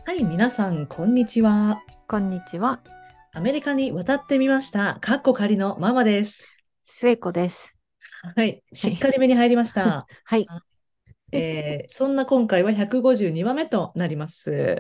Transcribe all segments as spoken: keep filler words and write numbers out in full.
はい、皆さん、こんにちは。 こんにちは、 アメリカに渡ってみました。かっこ仮のママです。 末子です。 はい、しっかはい。 りめに入りました。 はい。 えーそんな今回はひゃくごじゅうにわめとなります。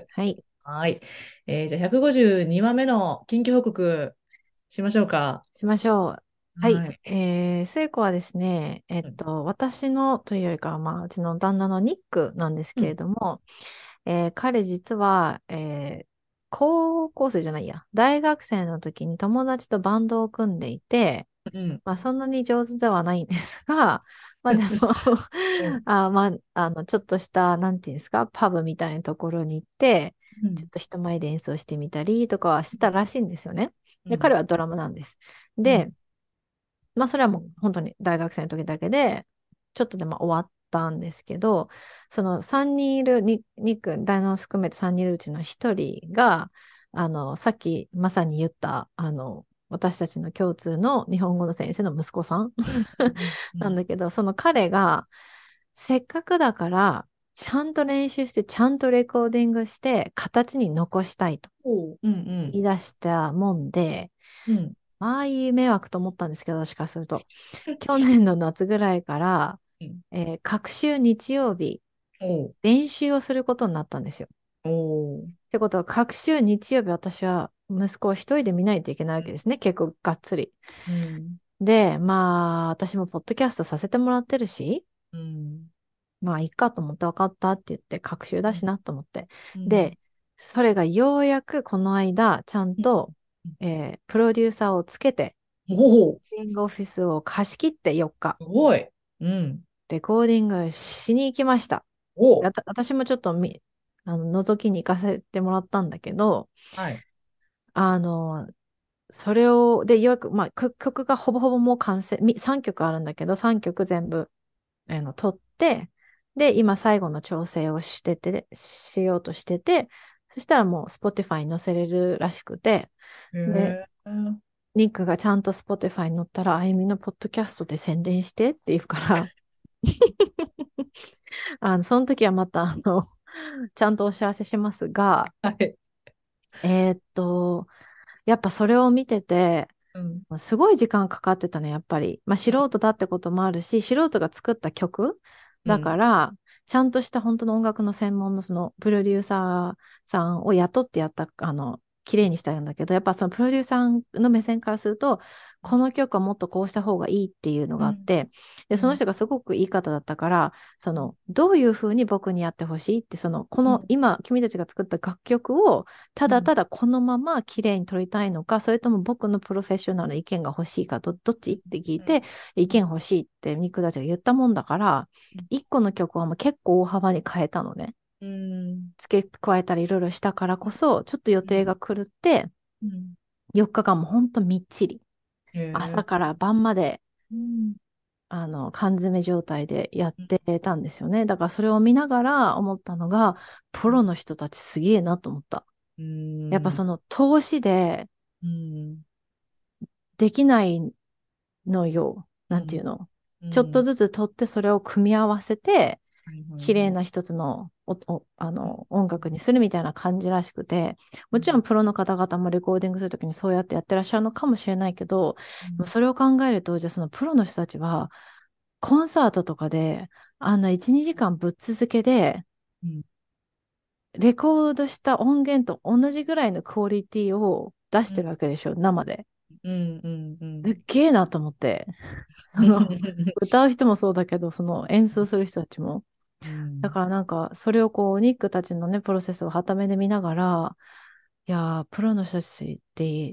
はい。 はい。えーじゃあひゃくごじゅうにわめの近況報告しましょうか。 しましょう。はい。 はい。 えー、末子はですね、えっうん。 と、私のというよりかは、まあ、うちの旦那のニックなんですけれうん。 ども、えー彼実は、えー高校生じゃないや、大学生の時に友達とバンドを組んでいて、 うん。 まあ、そんなに上手ではないんですが、まあでもうん。 あ、まあ、あの、ちょっとした、なんていうんですか、パブみたいなところに行って、 うん。 ちょっと人前で演奏してみたりとかはしてたらしいんですよね。で、 うん。 彼はドラムなんです。 うん。 で、まあ、それはもう本当に大学生の時だけで、ちょっとでまあ終わったんですけど、そのさんにんいる、にニック、ダイナを含めてさんにんいるうちのひとりが、あの、さっきまさに言った、あの、私たちの共通の日本語の先生の息子さんうん。うん。うん。 なんだけど、その彼が、せっかくだから、ちゃんと練習して、ちゃんとレコーディングして、形に残したいとおう。うん。 言い出したもんで、 うん。うん。 ああいう迷惑と思ったんですけど、私からすると。去年の夏ぐらいから、 うん。 えー各週日曜日、 おう。 練習をすることになったんですよ。 おう。 ってことは、各週日曜日、私は息子を一人で見ないといけないわけですね。結構がっつり。 うん。 で、まあ、私もポッドキャストさせてもらってるし、 うん。 まあ、いいかと思って分かったって言って、各週うん。 だしなと思って。 うん。 で、それがようやくこの間、ちゃんうん。 と、えープロデューサーをつけて、 おお、 レコーディングオフィスを貸し切ってよっか、 すごい。うん。 レコーディングしに行きました。 お、 やた私もちょっとみ、あの、覗きに行かせてもらったんだけど、 はい。 あの、それを、で、ようやく、まあ、曲曲がほぼほぼもう完成、みさんきょくあるんだけど、さんきょく全部、あの、撮って、で、今最後の調整をしてて、しようとしてて、そしたらもう Spotify に載せれるらしくて、 へで、 え。うんニックがちゃんと Spotify に載ったら、あゆみのポッドキャストで宣伝してって言うから、あの、その時はまた、あの、ちゃんとお知らせしますが、 はい。 えーっと、やっぱそれを見てて、 うん。 すごい時間かかってたね、やっぱり。まあ、素人だってこともあるし、素人が作った曲だかうん。 ら、ちゃんとした本当の音楽の専門のそのプロデューサーさんを雇ってやった、あの、綺麗にしたんだけど、やっぱそのプロデューサーの目線からすると、この曲はもっとこうした方がいいっていうのうん。 があって、で、 うん。 その人がすごくいい方だったから、その、どういうふうに僕にやってほしいって、その、こうん。 の今、君たちが作った楽曲を、たうん。 だただこのまま綺麗に撮りたいのか、それとも僕のプロフェッショナルな意見が欲しいか、ど、どっちって聞いて、意見欲しいってニックたちが言ったもんだから、一個の曲はもう結構大幅に変えたのね。 うん。 付け加えたりいろいろしたからこそ、ちょっと予定が狂って、 うん。 よっかかんもほんとみっちり。 へえ。 朝から晩まで、 うん。 あの、缶詰状態でやってたんですよね。だからそれを見ながら思ったのが、プロの人たちすげえなと思った。 うん。 やっぱその投資でうん。 できないのよ。 うん。 なんていうの。 うん。 ちょっとずつ取ってそれを組み合わせて、 はいはいはい。 綺麗な一つのおおあうん。 の音楽にするみたいな感じらしくて、もちろんプロの方々もレコーディングするときにそうやってやってらっしゃるのかもしれないけど、 うん。 それを考えると、じゃあそのプロの人たちは、コンサートとかで、あんないち、にじかんぶっ続けで、 うん。 レコードした音源と同じぐらいのクオリティを出してるわけでしょ、生で。 うん。うん。うん。 すっげえなと思って、その、歌う人もそうだけど、その演奏する人たちも。 うん。 だからなんか、それをこう、ニックたちのね、プロセスをはためで見ながら、いやー、プロの人たちって、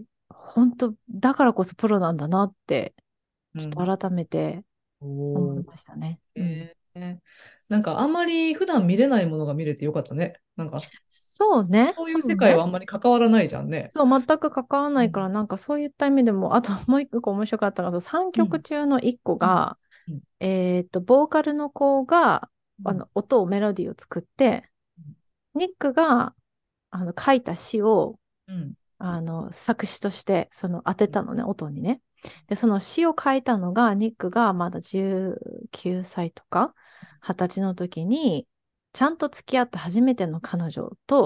本当だからこそプロなんだなって、ちうん。 ょっと改めて思いおー。 ましたね。うん。 へえ。なんかあんまり普段見れないものが見れてよかったね。なんかそうね、 そういう世界はそうね。 あんまり関わらないじゃんね。 そう、全く関わらないから、 うん。 なんかそういった意味でも、あともう一個面白かったのが、さんきょくうん中のいっこうん。 が、 うん。 えっと、ボーカルの子が、 うん。 あの、音をメロディーを作って、ニックが、あの、書いた詩を、 うん。 あの、作詞として、その、当てたのね、音にね。で、その詩を書いたのが、ニックがまだじゅうきゅうさいとか、はたちの時に、ちゃんと付き合った初めての彼女と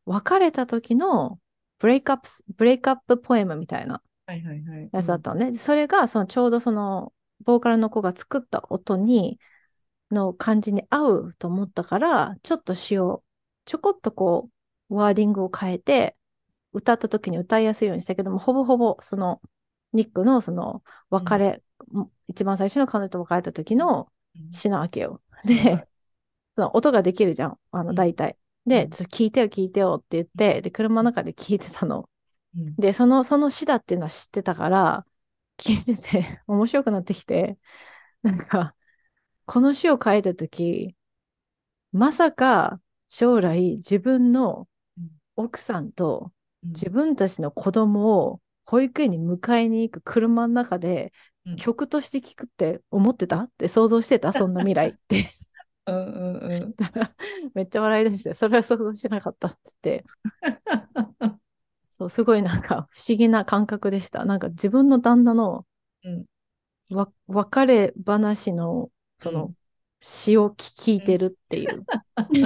別れた時のブレイクアップス、ブレイクアップポエムみたいなはいはいはい。 やうん。 つだったのね。でそれが、そのちょうどその、ボーカルの子が作った音に、の感じに合うと思ったから、ちょっと詩を、ちょこっとこう、ワーディングを変えて、歌った時に歌いやすいようにしたけども、ほぼほぼ、その、ニックのその、 うん。 別れ、一番最初の彼女と別れた時のうん。 詩なわけよ。 はいはで、 い。 その音ができるじゃん、あの、 うん。 大体。で、 うん。 ちょっと聞いてよ、聞いてよって言って、で、車の中で聞いてたの。 うん。 で、その、その詩だっていうのは知ってたから、聞いてて面白くなってきて、なんか、この詩を書いたとき、まさか将来自分のうん。 奥さんとうん。 自分たちの子供を保育園に迎えに行く車の中でうん。 曲として聞くって思ってたって想像してたそんな未来ってうんうんうん。 言ったらめっちゃ笑い出して、それは想像してなかったって言って、そう、すごいなんか不思議な感覚でした。なんか自分の旦那のうん。 わ別れ話のそのうん。 詩を聞いうん。 てるっていう。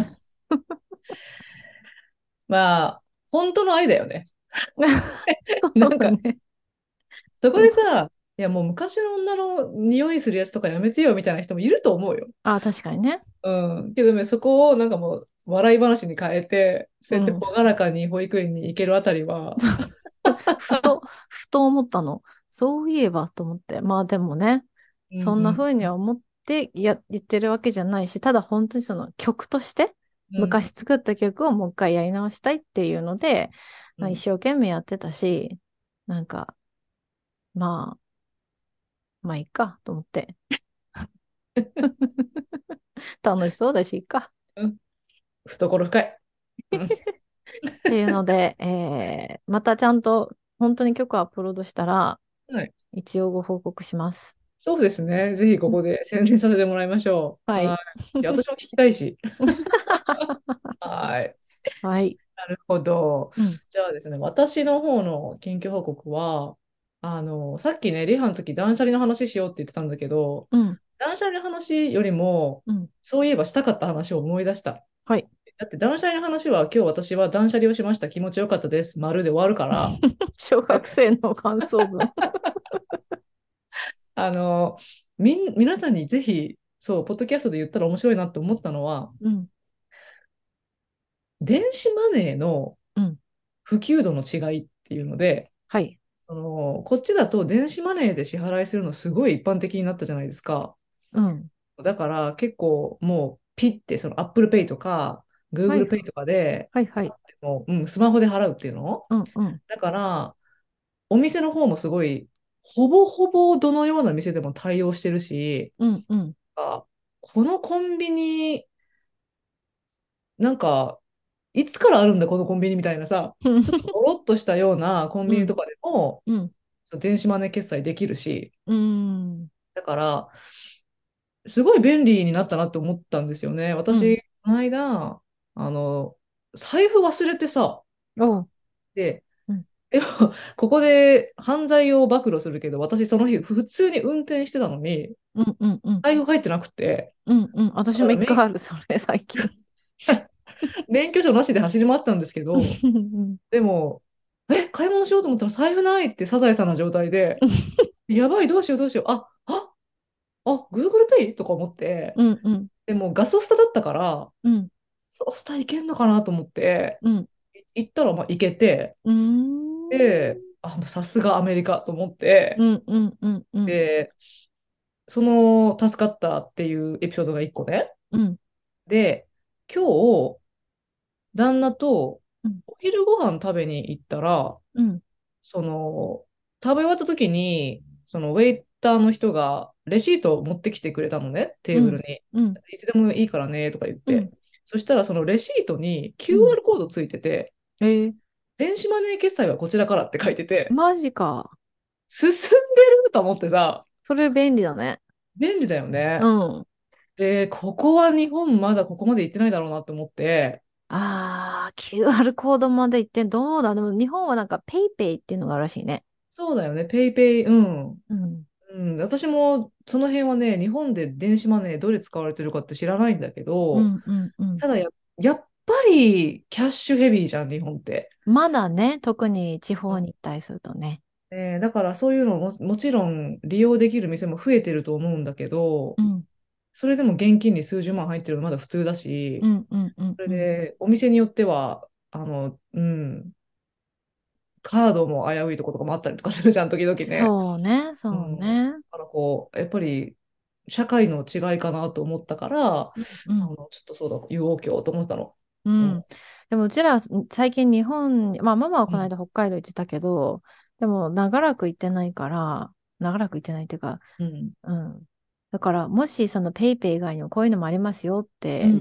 まあ、本当の愛だよね。 そなんか、 うね。 そこでさ、いやもう昔の女の匂いするやつとかやめてよみたいな人もいると思うよ。 あ、確かにね。 うん。けどね、そこをなんかもう笑い話に変えて、そうやってうん。 朗らかに保育園に行けるあたりは、 ふと、ふと思ったの。そういえばと思って。まあでもね、 うんそんな風にうんは思ってや、言ってるわけじゃないし、ただ本当にその曲として、 うん昔作った曲をもう一回やり直したいっていうので、まあ、一うん。 生懸命やってたし、なんか、まあ、まあいいかと思って。楽しそうだし、いいか。 うん。懐深い。うん。 っていうので、えーまたちゃんと本当に曲をアップロードしたら、 はい。 一応ご報告します。 そうですね。ぜひここで宣伝させてもらいましょう。ははい。 い。いや、私も聞きたいし。はい。 はい。 なるほど。 うん。 じゃあですね、私の方の近況報告は、あの、さっきね、リハの時断捨離の話しようって言ってたんだけど、 うん。 断捨離の話よりも、 うん。 そういえばしたかった話を思い出した。 はい。 だって断捨離の話は今日私は断捨離をしました。気持ちよかったです。丸で終わるから、 小学生の感想文。 あの、みん、皆さんにぜひ、そう、ポッドキャストで言ったら面白いなって思ったのは、 うん。 電子マネーのうん。 普及度の違いっていうので、 はい。 あの、こっちだと電子マネーで支払いするのすごい一般的になったじゃないですか。 うん。 だから結構もうピッてその Apple Pay とかはい。 Google Pay とかで、 はい。はい。 もう、うん、スマホで払うっていうの。 うん。うん。 だからお店の方もすごい、ほぼほぼどのような店でも対応してるし、 うん。うん。 あ、このコンビニ、なんか、いつからあるんだ、このコンビニみたいなさ、ちょっとボロっとしたようなコンうん。 ビニとかでも、 うん。 そう電子マネー決済できるし、 うん。 だから、すごい便利になったなって思ったんですよね。 うん。 私、この間、あの、財布忘れてさ、 おう。 で、 うん。 でも、ここで犯罪を暴露するけど、私その日、普通に運転してたのに、 うん。うん。うん。 財布入ってなくて、 うん。うん。私もだから免、 一回ある、それ、最近。 免許証なしで走り回ってたんですけど、 うん。 でも、え、買い物しようと思ったら財布ないってサザエさんな状態で、やばい、どうしよう、どうしよう、あ、あ、あ、Google Pay とか思って、 うん。うん。 でもガソスタだったから、 うん。 ソスタいけんのかなと思って、 うん。 い行ったらまあ行けて、 うん。 で、あ、さすがアメリカと思って、 うん。うん。うん。うん。 で、その助かったっていうエピソードが一個ね。 うん。 で、今日、旦那とうん。 お昼ご飯食べに行ったら、 うん。 その、食べ終わった時に、そのウェイターの人がレシートを持ってきてくれたのね、テうん。 ーブルに。 うん。 いつでもいいからね、とか言っうん。 て。そしたらそのレシートにうん。 キューアール コードついてて、 えー、 電子マネー決済はこちらからって書いてて、 マジか。 進んでると思ってさ、 それ便利だね。 便利だようね。 ん。 で、ここは日本まだここまで行ってないだろうなって思って、 ああ、キューアール コードまで行ってどうだ。でも日本はなんかペイペイっていうのがあるらしいね。 そうだよね、ペイペイ、うん。 うん。 うん、私もその辺はね、日本で電子マネーどれ使われてるかって知らないんだけど、 うんうんうん。 ただや、やっぱりキャッシュヘビーじゃん、日本って。 まだね、特に地うん方に行ったりするとね。 えーだからそういうのももちろん利用できる店も増えてると思うんだけど、 うん、 それでも現金に数十万入ってるのまだ普通だし、 うん、うん、うん、 それうん。 でお店によっては、あの、うん、カードも危ういとことかもあったりとかするじゃん、時々ね。 そうね、 うそうん。だね。 からこう、やっぱり社会の違いかなと思ったから、あうん、うん。 の、ちょっとそうだ、言おう今日と思ったの。うん。 うん。でもうちら最近日本に、まあママはこのうん。 間北海道行ってたけど、でも長らく行ってないから、長らく行ってないっていうか、 うん。 うん。だからもしそのペイペイ以外にもこういうのもありますよって、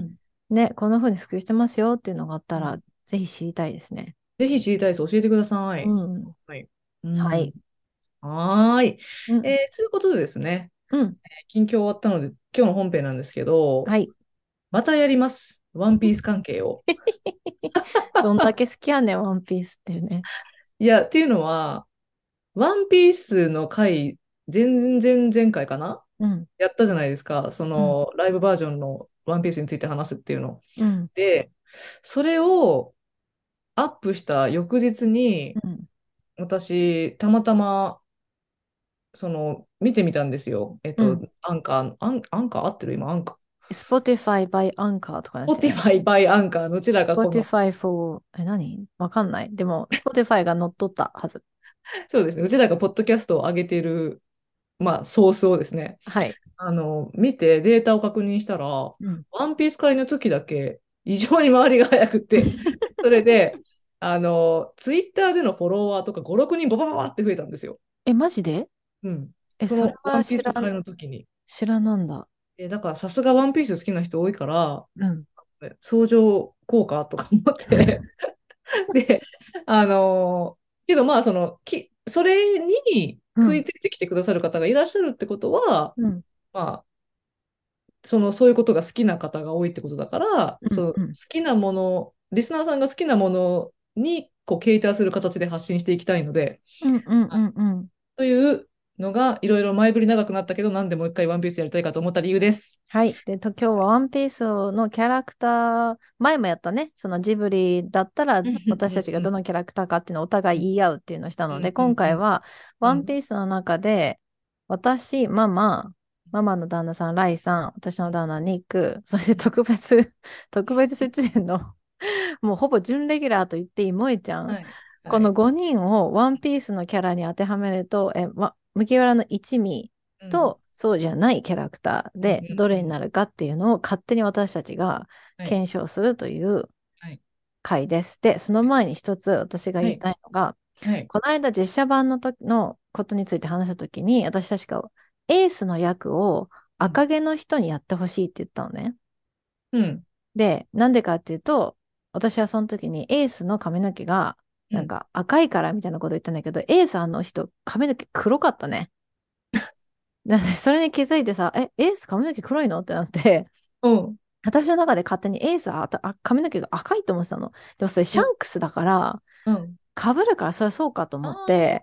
うん。 ね、こんな風に普及してますよっていうのがあったら、 うんぜひ知りたいですね。 ぜひ知りたいです。教えてくださうい。 ん。 はい。うん。 はい。 はーい。 うん。 えー、ということでですね、 うん。 近況終わったので、今日の本編なんですけど、 はい。 またやります。ワンピース関係を。 どんだけ好きやねん、ワンピースっていうね。 いや、っていうのは、ワンピースの回、前々前回かなうん。 やったじゃないですか。そうん。 の、ライブバージョンのワンピースについて話すっていうの。 うん。 で、それをアップした翌日に、 うん。 私、たまたま、その、見てみたんですよ。えっと、 うん。 アンカー、アン、アンカー合ってる今、アンカー。 Spotify by Anchor とかなってる。 Spotify by アンカー、どちらがこの、 Spotify for、え、何わかんない。でも、Spotify が乗っ取ったはず。 そうですね、うちらがポッドキャストを上げてる、まあ、ソースをですね、 はい。 あの、見てデータを確認したら、 うん。 ワンピース会の時だけ異常に周りが早くて、それで、あの、ツイッターでのフォロワーとかご、ろくにんババババって増えたんですよ。 え、マジで？ うん。 え、 そそれのワンピーは知らん、 ス会の時に。 知らなんだ。 え、だからさすがワンピース好きな人多いから、 うん。 相乗効果とか思ってで、あのけどまあ、その、き、それにうん。 食いついてきてくださる方がいらっしゃるってことは、 うん。 まあ、その、そういうことが好きな方が多いってことだから、 うん。 その好うん。 きなもの、リスナーさんが好きなものに、こう、ケーターする形で発信していきたいので、 うん。うん。うん。うん。 というのが、いろいろ前振り長くなったけど、なんでもう一回ワンピースやりたいかと思った理由です。 はい。で、と、今日はワンピースのキャラクター、前もやったね。そのジブリだったら、 うん私たちがどのキャラクターかっていうのをお互い言い合うっていうのをしたので、 うんうんうん今回は、ワンうんピースの中で、私、ママ、ママの旦那さん、ライさん、私の旦那、ニック、そして特別、特別出演の、もうほぼ準レギュラーと言っていい萌えちゃん。 はい。 このはい。 ごにんをワンピースのキャラに当てはめると、え、ま、麦わらの一味うんとそうじゃないキャラクターうんうでどれにんなるかっていうのを勝手に私たちがはい。 検証するというはい。 回です。で、その前に一つ私が言いはい。 たいのが、 はい。 この間実写版の時のことについて話したときに、私確かエースの役をうん赤毛の人にやってほしいって言ったのね。 うん。 で、なんでかっていうと、私はその時にエースの髪の毛がなんうんか赤いからみたいなこと言ったんだけど、エースあの人髪の毛黒かったね。なんでそれに気づいてさ、え、エース髪の毛黒いのってなって、 うん。 私の中で勝手にエースはあたあ髪の毛が赤いと思ってたの。でもそれシャンクスだから、 うん。 被るからそれはそうかとあ思って、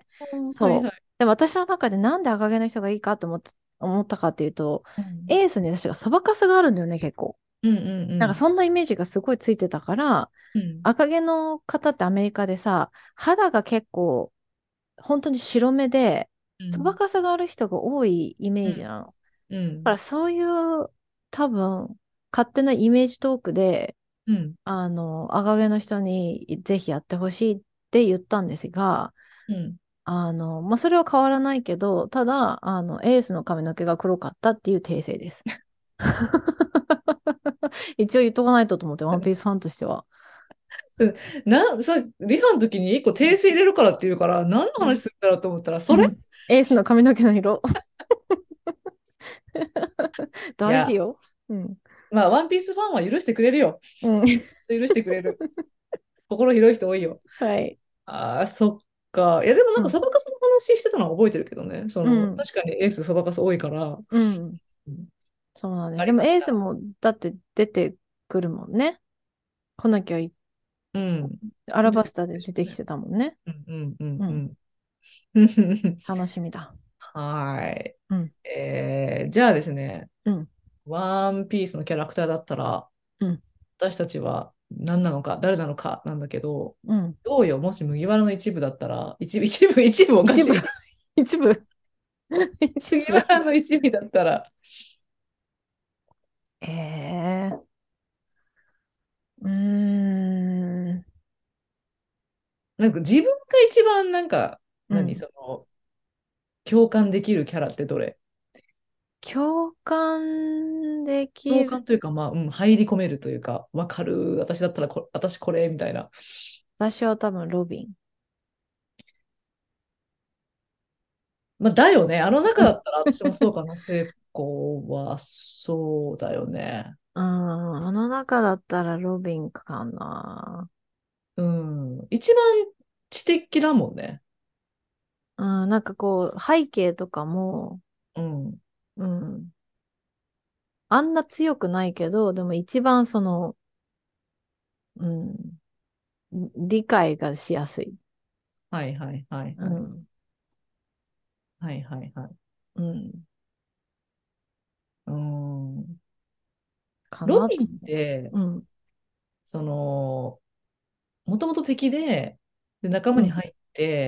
あ、はいそう。 はい。 でも私の中でなんで赤毛の人がいいかと思って、思ったかっていうと、 うんエースに私がそばかすがあるんだよね、結構。 うんうんうん。 なんかそんなイメージがすごいついてたから、 うん赤毛の方ってアメリカでさ、肌が結構本当に白目で、そばうんかすがある人が多いイメうんージなの。だかうんらそういう多分勝手なイメージトークで、 うんあの、赤毛の人にぜひやってほしいって言ったんですが、 うんあの、まあ、それは変わらないけど、ただ、あの、エースの髪の毛が黒かったっていう訂正です。一応言っとかないとと思って、ワンピースファンとしては。 うんな、それ、リハの時に一個訂正入れるからって言うから、何のうん。 話するんだろうと思ったら、それうん。エースの髪の毛の色。 いや、 大事よ。うん。 まあ、ワンピースファンは許してくれるよ。 うん。 許してくれる。心広い人多いよ。 はい。 ああ、そっか。いや、でもなんか、 うん。 そばかすの話してたのは覚えてるけどね。その、 うん。 確かにエースそばかす多いから、 うん。 うんそうなんです。 あでもりました。 エースも、だって出てくるもんね。来なきゃい、 うん。 アラ出てくるバスタででしょうね。 出てきてたもんね。 うんうんうんうん。 うん。 楽しみだ。 はい。 うん。 えー、じゃあですね、 うん。 ワンピースのキャラクターだったら、 うん。 私たちは何なのか、誰なのかなんだけど、 うん。 どうよ、もし麦わらの一部だったら、一部、一部、一部おか一部、 しい。 一部、一麦わ部。 らの一味だったら、 ええうーん。 なんか自分が一番なんか、何、 うん。 その、共感できるキャラってどれ？ 共感で共きる。 感というか、まあ、うん、入り込めるというか、わかる、私だったらこ、私これ、みたいな。 私は多分ロビン。 まあ、だよね。あの中うん。 だったら私もそうかな。聖子はそうだよね。 うん、あの中だったらロビンかな。 うん。一番知的だもんね。 うん、なんかこう、背景とかも、 うん。 うん、あんな強くないけど、でも一番その、うん、理解がしやすい。 はいはいはいはい。 うん、 はいはいはい。 うん、 うん。 かなと。 ロビンって、 うん、 その、もともと敵で、で、仲間うん、 に入って、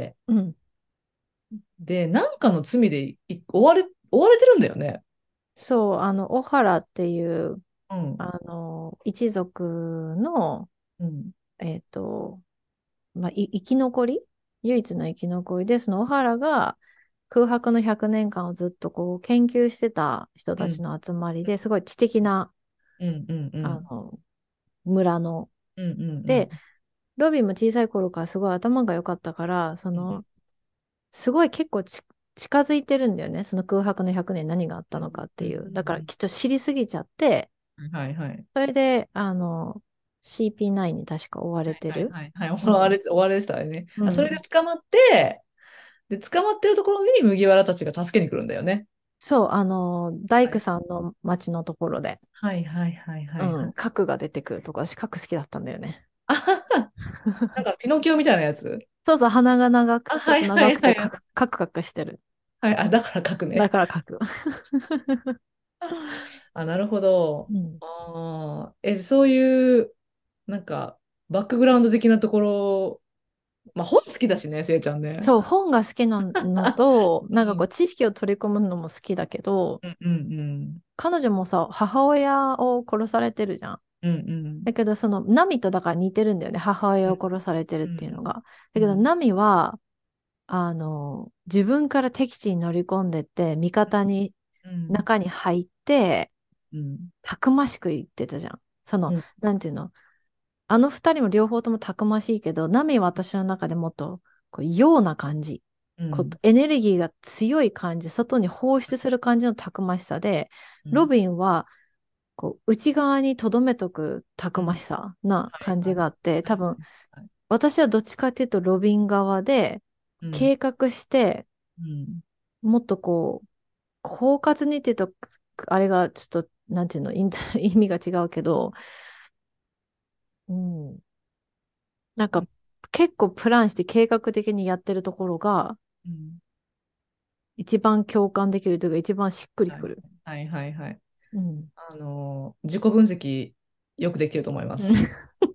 うん。 で、なんかの罪でい追われ、追われてるんだよね。 そう、あの、小原っていう、 うん。 あの、一族の、 うん。 えっと、まあ、い生き残り唯一の生き残りで、その小原が空白のひゃくねんかんをずっとこう研究してた人うん。 たちの集まりですごい知的な、 うんうんうん。 あの、村の。 うんうんうで、 ん。 ロビンも小さい頃からすごい頭が良かったから、その、すごい結構ち近づいてるんだよね。その空白のひゃくねん何があったのかってうんういう。だからんきっと知りすぎちゃって、 うん。はいはい。 それで、あの、シーピーナイン に確か追わはいはいれてる。 はいはい。終うん。 われ、終われてたね。あ、それでうん。 捕まって、で、捕まってるところに麦わらたちが助けに来るんだよね。 そう、あの、大工はいさんの町のところで、 はいはいはいはうん、 いはい。 核が出てくるとこ、私核好きだったんだよね。 あはは、なんかピノキオみたいなやつ。 そうそう、鼻が長く、 あ、 ちょっとはいは長くてカいはい。 クカクカクしてる。 はい、あ、だから書くね。 だから核。 あ、なるほど。 うん。 ああ、え、そういう、なんか、バックグラウンド的なところ、まあ本好きだしね、せいちゃんね。 そう、本が好きなのと、なんかこう、 うん知識を取り込むのも好きだけど、 うんうん彼女もさ、母親を殺されてるじゃん。 うんうんだけど、その、ナミとだから似てるんだよね。母親をうん殺されてるっうんていうのが。だけど、 うんナミは、あの、自分から敵地に乗り込んでって、味方に、 うん中に入って、 うんたくましく言ってたじゃん。その、 うんなんていうの、あの二人も両方ともたくましいけど、ナミは私の中でもっと、こう、陽な感じ。こううんエネルギーが強い感じ、外に放出する感じのたくましさで、ロうんビンは、こう、内側に留めとくたくましうん、 さな感じはいはいがあって、 はい多分、 はい。 私はどっちかっていうと、ロビン側で、 うん計画して、 うんもっとこう、狡猾にっていうと、あれがちょっと、なんていうの、イン意味が違うけど、うん。なんか、結構プランして計画的にやってるところが、 うん一番共感できるというか、一番しっくりはいくる。 はいはいはい。 うん。 あのー、自己分析よくできると思いまうん。 す。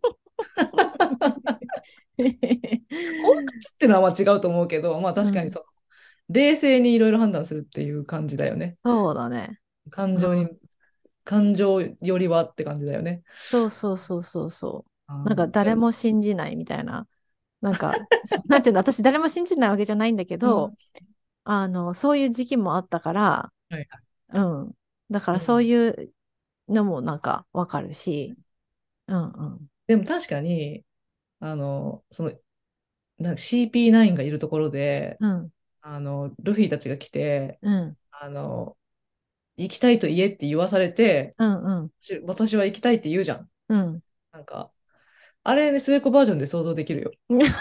狡猾ってのはまあ違うと思うけど、まあうん。 確かにそう、冷静にいろいろ判断するっていう感じだよね。 そうだね。うん。 感情に、感情よりはって感じだよね。 そうそうそうそうそう。なんかあー、でも、 誰も信じないみたいな。なんか、なんていうの、私誰も信じないわけじゃないんだけど、 うん、 あの、そういう時期もあったから、 はいはい。 うん。だからそううん、 いうのもなんかわかるし、うんうん。 でも確かに、あの、その、なんか シーピーナイン がいるところで、 うん。 あの、ルフィたちが来て、 うん。 あの、行きたいと言えって言わされて、 うんうん。 ち私は行きたいって言うじゃん。 うん。 なんか、あれね、末っ子バージョンで想像できるよ。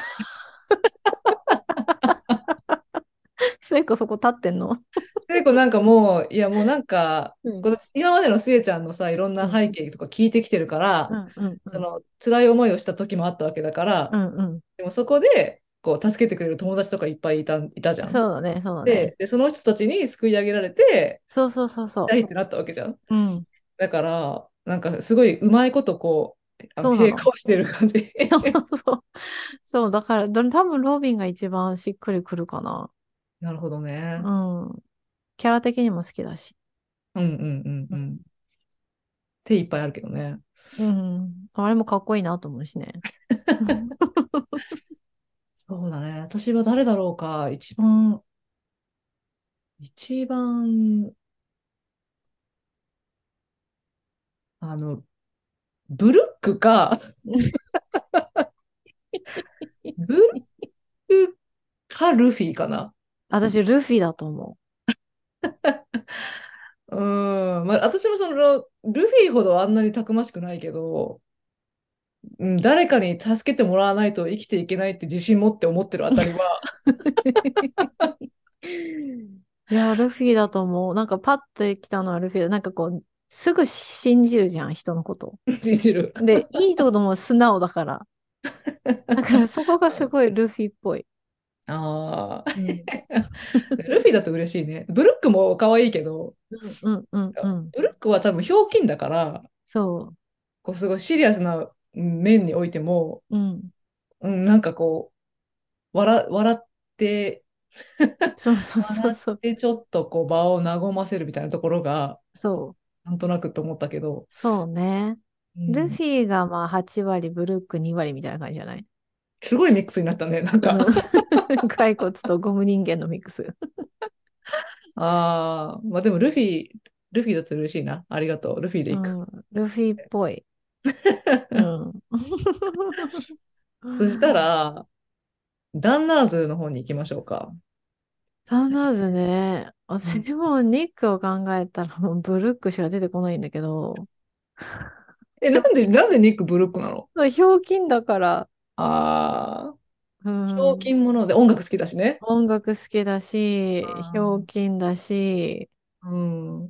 聖子そこ立ってんの？ 末っ子なんかもう、いやもうなんか、 うん。 この今までのスエちゃんのさ、いろんなうん。 背景とか聞いてきてるから、 うんうんうん。 その辛い思いをした時もあったわけだから、 うんうん。 でもそこで、こう、助けてくれる友達とかいっぱいいた、いたじゃん。 そうだね、そうだね。 で、で、その人たちに救い上げられて、 そうそうそうそ痛いってなったわけじゃん。 う。うん。 だから、なんかすごいうまいことこう、 あの、 そうなの。 並行してる感じ。 そうそうそう。そう、だから、ど多分ロビンが一番しっくりくるかな。 なるほどね。 うん。キャラ的にも好きだし。 うんうんうんうん。手いっぱいあるけどね。 うん。あれもかっこいいなと思うしね。 そうだね。私は誰だろうか。一番、一番、あの、ブルックか、ブルックかルフィかな。 私、ルフィだと思うん。まあ、私もその、ルフィほどあんなにたくましくないけど、うん、誰かに助けてもらわないと生きていけないって自信持って思ってるあたりはう。いや、ルフィだと思う。なんかパッと来たのはルフィだ。なんかこう、すぐ信じるじゃん、人のこと。 信じる。 で、いいとこも素直だから。だからそこがすごいルフィっぽい。 ああ。 うん。 ルフィだと嬉しいね。ブルックも可愛いけど、 うんうんうんうん。 ブルックは多分ひょうきんだから、 そこうすごいシリアスな面においても、 う。うん。 うん、なんかこう、笑、笑って、 そうそうそう笑っそう。 てちょっとこう場を和ませるみたいなところが、 そう。 なんとなくと思ったけど、 そうね。ルうん、 フィがまあはち割、ブルックに割みたいな感じじゃない？ すごいミックスになったね、なんか。 うん。骸骨とゴム人間のミックス。 ああ、まあでもルフィ、ルフィだと嬉しいな。ありがとう。ルフィでういく。 ん。ルフィっぽい。うん。 そしたら、ダンナーズの方に行きましょうか。 サウナーズね。 うん、 私もニックを考えたらもうブルックしか出てこないんだけど、 え、 ひょ、 なんで、なんでニックブルックなの？ ひょうきんだから、 ああー、 うひょうきん。 ん者で音楽好きだしね。 音楽好きだし、ひょうあきんだし、 ーうん、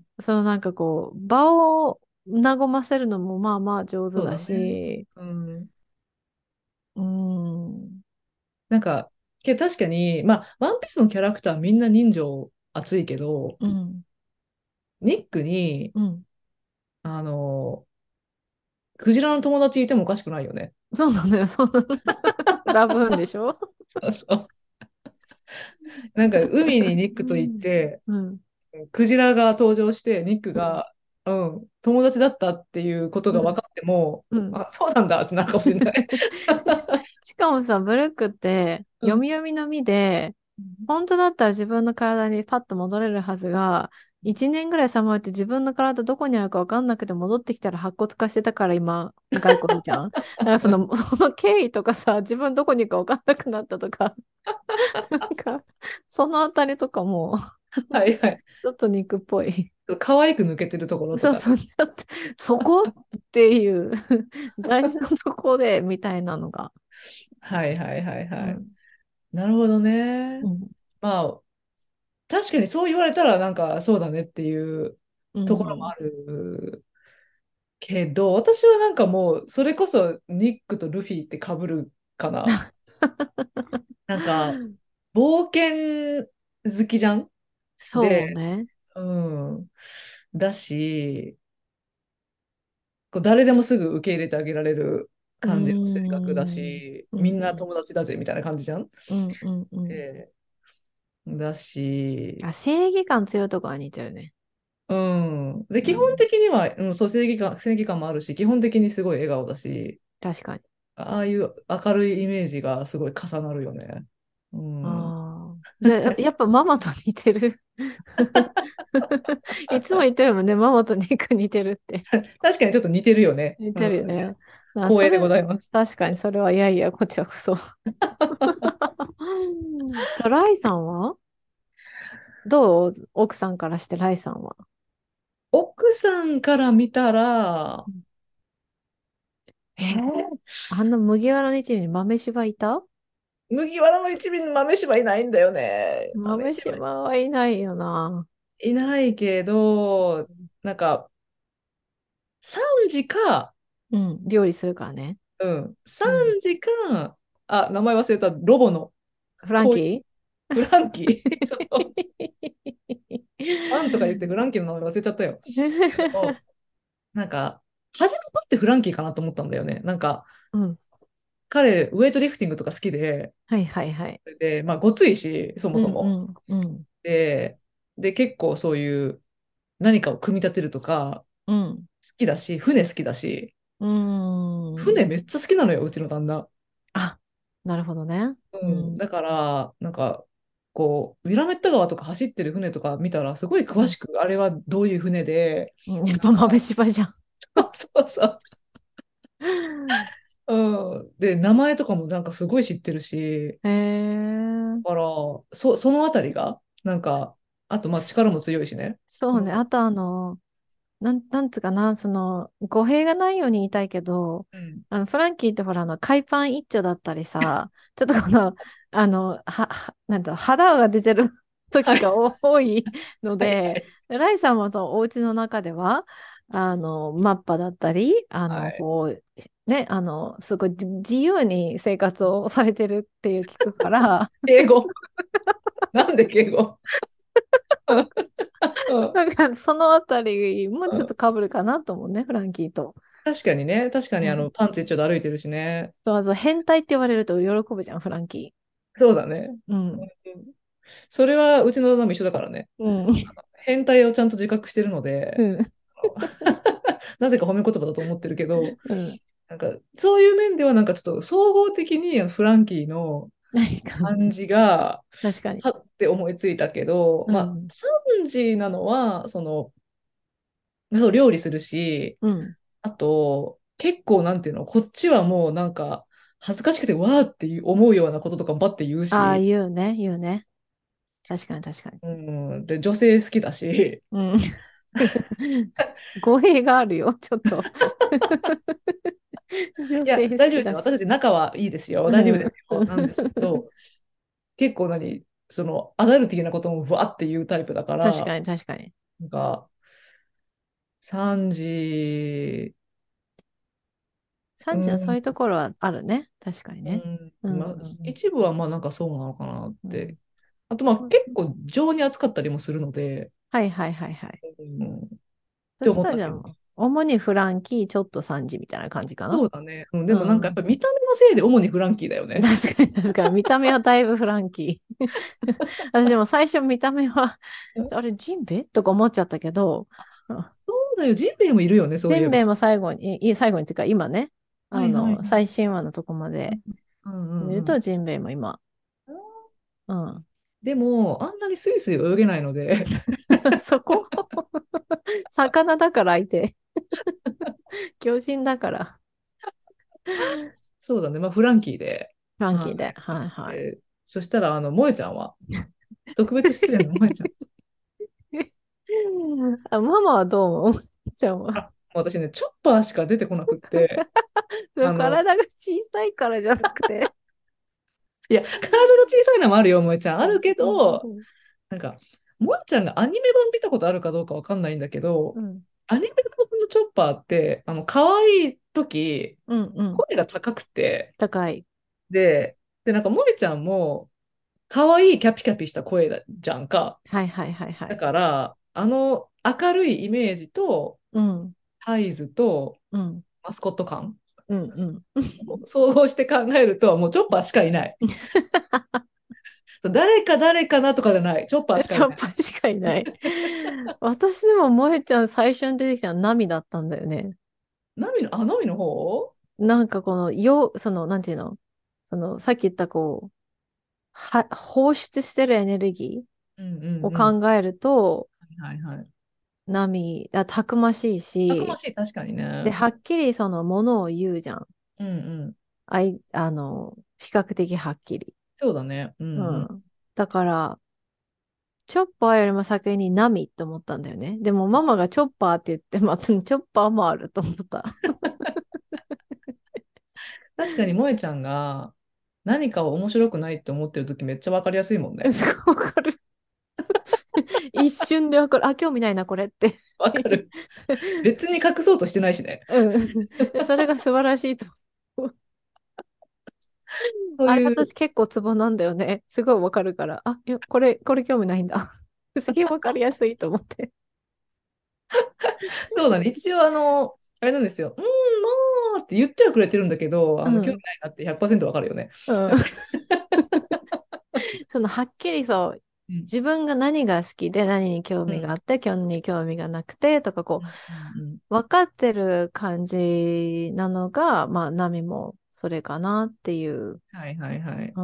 そのなんかこう、場を和ませるのもまあまあ上手だそうだね。 し、 うん。 うん、うん、 なんか、けど確かに、まあ、ワンピースのキャラクターみんな人情熱いけど、 うん、 ニックに、 うん。 あの、クジラの友達いてもおかしくないよね。 そうなのよ、そうなの。ラブーンでしょ？ そうそう。なんか、海にニックと行っうん。 て、 うん。 クジラが登場して、ニックが、うん、友達だったっていうことうん。 が分かっても、 うん。 あ、そうなんだってなるかもしれない。 ししかもさ、ブルックってうん。 読み読みの実で、本当だったら自分の体にパッと戻れるはずが、一年ぐらいさまよって自分の体どこにあるかわかんなくて戻ってきたら白骨化してたから今、骸骨じゃん。だからその、その経緯とかさ、自分どこにいるかわかんなくなったとか、なんか、そのあたりとかも、 はいはい。 ちょっと肉っぽい。 可愛く抜けてるところとかね。 そうそう、ちょっと、そこっていう大事なとこで、みたいなのが。 はいはいはいはい。 うん。 なるほどね。 うん。 まあ、確かにそう言われたら、なんかそうだねっていううん。 ところもあるけど、私はなんかもう、それこそニックとルフィって被るかな。なんか、冒険好きじゃんで、 そうね。 うん。だし、こう誰でもすぐ受け入れてあげられるうー感じの性格だん。 し、みんなうんうん。 友達だぜみたいな感じじゃん。 うんうんうん。 で、だし、 あ、正義感強いとこは似てるね。 うん。で、基本うん。 的には、うん、そう、正義感、正義感もあるし、基本的にすごい笑顔だし、 確かに。 ああいう明るいイメージがすごい重なるよね。うん。 ああ。じゃあ、ややっぱママと似てる。いつも言ってるもんね。ママとニック似てるって。 確かにちょっと似てるよね。 似うん。 てるよね。あ、 光栄でごそれ、 ざいます。 確かにそれはいやいや、こちらこそ。じゃあ、ライさんはどう奥さんからしてライさんは。 奥さんから見たら、えあ、 ーあの麦わらの一味に豆柴いた？ 麦わらの一味の豆柴いないんだよね。豆豆柴柴はいないよな。 いないけど、なんか、さんじか、 うん、料理するからね。 うん、3 うん。 時か、あ、名前忘れた、ロボの、 フランこういうキフランキー。そう、 ー。 ファンとか言ってフランキーの名前忘れちゃったよ。けど、なんか、 初めパってフランキーかなと思ったんだよね。なんか、 うん。 彼、ウェイトリフティングとか好きで、 はいはいはい。 で、まあ、ごついし、そもうんそも。 うんうん。 で、で、結構そういう何かを組み立てるとか、 うん。 好きだし、船好きだし、 うーん。 船めっちゃ好きなのよ、うちの旦那。 あ、なるほどね。 うん。 うん。 だから、なんか、こう、ウィラメッタ川とか走ってる船とか見たら、すごいうん。 詳しく、あれはどういう船で、 うんやっぱ豆柴じゃん。 そうそう。うん。で、名前とかもなんかすごい知ってるし、 へえ。 だから、そ、そのあたりが、なんか、あと、まあ力も強いしね。 そうね。 うん。 あとあの、なん、なんつうかな、その、語弊がないように言いたいけど、 うん。 あの、フランキーってほら、あの、海パン一丁だったりさ、ちょっとこの、あの、は、は、なんていうの、肌が出てるはい。 時が多いのはい。はで、 い。 ライさんもそのお家の中では、あの、マッパだったり、あの、 はい。 こう、ね、あの、すごいじ自由に生活をされてるっていう聞くから、 敬語。なんで敬語？うんうんなんかそのあたりもちょっとうん。 被るかなと思うね、フランキーと。 確かにね。確かにあうん。 の、パンツ一丁で歩いてるしね。 そう、そう変態って言われると喜ぶじゃん、フランキそうだね。 ー。うん。 うんそれはうちの旦那も一緒だからね。 うん。 変態をちゃんと自覚してるので、 うん。 あのなぜか褒め言葉だと思ってるけど、 うん。 なんかそういう面ではなんかちょっと総合的にあのフランキーの確かに。 感じが、 確かに。 はって思いついたけど、まあ、 うん。 サンジなのは、その、そう料理するし、 うん。 あと、結構なんていうの、こっちはもうなんか、恥ずかしくてわーっていう思うようなこととかもバッて言うああ、 し、 言うね、言うね。確かに、確かに。 うん、で、女性好きだし、 うん。語弊があるよ、ちょっと。女いや、 性好大丈夫ですよ。私きだし。 たち仲はいいですよ。大丈夫でうん。 すよ。なんですけど、結構何、その、アダルティーなこともわーって言うタイプだから、 確かに、確かに。 なんか、さんじ、うサンジはそういうん、 ところはあるね。確かにね。 うん、 うん。 まあ、 うん。 一部はまあなんかそうなのかなっうん。 て。あとまあうん結構情に扱ったりもするので、 はいはいはいはい。 うん、ってそし思ったけど。 たらじゃあ、主にフランキー、ちょっとサンジみたいな感じかな。 そうだね。うん、でもなんかやっうん。 ぱ見た目のせいで主にフランキーだよね。 確かに確かに。見た目はだいぶフランキー。私でも最初見た目は、あれ、ジンベエとか思っちゃったけど、うんそうだよ。ジンベエもいるよね、そういえば。 ジンベエも最後に、い最後にっていうか今ね、 はいはいはあの、最い。 新話のとこまでうんうんうん。 見るとジンベエも今、うん。 でも、あんなにスイスイ泳げないので、 そこ魚だから相手。魚人だから。 そうだね。まあ、フランキーで。はフランキーで。はいい。 はい。 で、そしたら、あの、萌えちゃんは、特別出演の萌えちゃん。 あ、ママはどう思うちゃんは。 あ、私ね、チョッパーしか出てこなくって、あの、 体が小さいからじゃなくて。 いや、体が小さいのもあるよ、萌えちゃん。あるけど、 うんなんか、萌えちゃんがアニメ版見たことあるかどうかわかんないんだけど、 うん。 アニメ版のチョッパーって、あの、可愛い時、 うんうん。 声が高くて、 高い。 で、で、なんか萌えちゃんも、可愛いキャピキャピした声だじゃんか。 はいはいはいはだい。 から、あの明るいイメージと、 うん。 サイズとうん。 マスコット感、 うんうん。 総合して考えると、もうチョッパーしかいない。誰か誰かなとかじゃない。チョッパーしかいない。 チョッパーしかいない。私でも萌えちゃん最初に出てきたのナミだったんだよね。 ナミの、あ、ナミの方。 なんかこの、よ、その、なんていうのその、さっき言ったこう、は、放出してるエネルギうんうーをんうん。 考えると、 はいはいはい。 ナミ、あ、たくましいし、 たくましい、確かにで、 ね。 はっきりそのものを言うじゃん。 うんうん。 あい、あの、比較的はっきり。 そうだね。うんうん。 うん。だから、チョッパーよりも先にナミって思ったんだよね。でもママがチョッパーって言って、まあ、チョッパーもあると思った。 確かに萌えちゃんが何かを面白くないって思ってる時めっちゃわかりやすいもんね。 すごいわかる。一瞬でわかる。あ、興味ないな、これって。 わかる。別に隠そうとしてないしね。 うん。それが素晴らしいと思う。あれ、 そういう、 私結構ツボなんだよね。すごいわかるから。あ、いや、これ、これ興味ないんだ。すげえわかりやすいと思って。 そうだね。一応あの、 あれなんですよ。うーん、まあって言ってはくれてるんだけど、あの、興味うん。 ないなってひゃくパーセントわかるよね。 うん。そのはっきりそう、 うん。 自分が何が好きで何に興うん。 味があって、何に興味がなくてとかこうんうんうんう、分かってる感じなのが、まあ、ナミもそれかなっていう。 はいはいはい。 うん。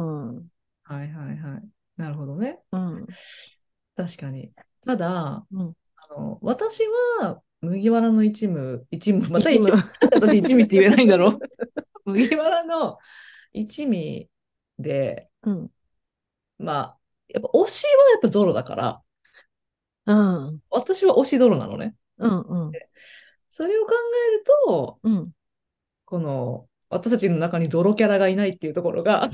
はいはいはい。なるほどね。 うん。 確かに。ただ、 うん。 あの、私は麦わらの一味、一味、また一部。 一味、なんで私一味って言えないんだろう。麦わらの一味で、 うん。 まあ、やっぱ推しはやっぱゾロだから、 うん。 私は推しゾロなのね。 うん。うん。 それを考えると、 うん。 この、私たちの中にゾロキャラがいないっていうところが、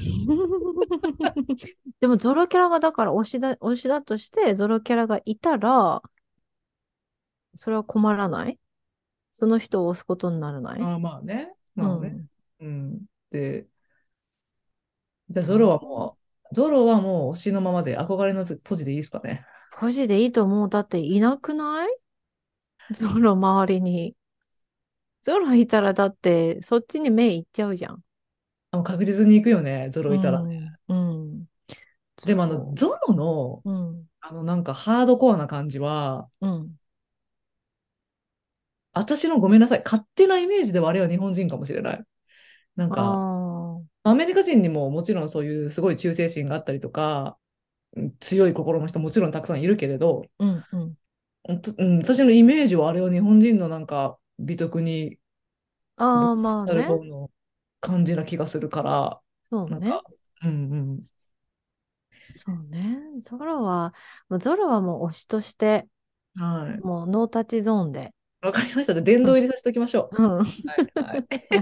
でもゾロキャラがだから推しだ、推しだとしてゾロキャラがいたら、それは困らない？その人を押すことにならない？ ああまあね、まあね。 うん。 うん。で、じゃあゾロゾロ、 はもう、ゾロはもう推しのままで憧れのポジでいいですかね。 ポジでいいと思う。だっていなくない？ゾロ周りに。ゾロいたらだってそっちに目いっちゃうじゃん。 あもう確実に行くよね、ゾロういたらね。 ん。うん。 でもあの、 そゾロの、 う。うん。 あのなんかハードコアな感じは、 うん。 私のごめんなさい、勝手なイメージではあれは日本人かもしれない。なんあか、 あ。 アメリカ人にももちろんそういうすごい忠誠心があったりとか、うん強い心の人もちろんたくさんいるけれど、 うん。うん。 うんとうん私のイメージはあれは日本人のなんか美徳に分ああ、 割されるまあね。 方の感じな気がするから、 そうね。 なんか、うんうん。 そうね。ゾロは、もうゾロはもう推しとして、 はい。 もうノータッチゾーンで。 わかりました。で殿うん。 堂入りさせておきましょうん。 う。はいはい。 はい。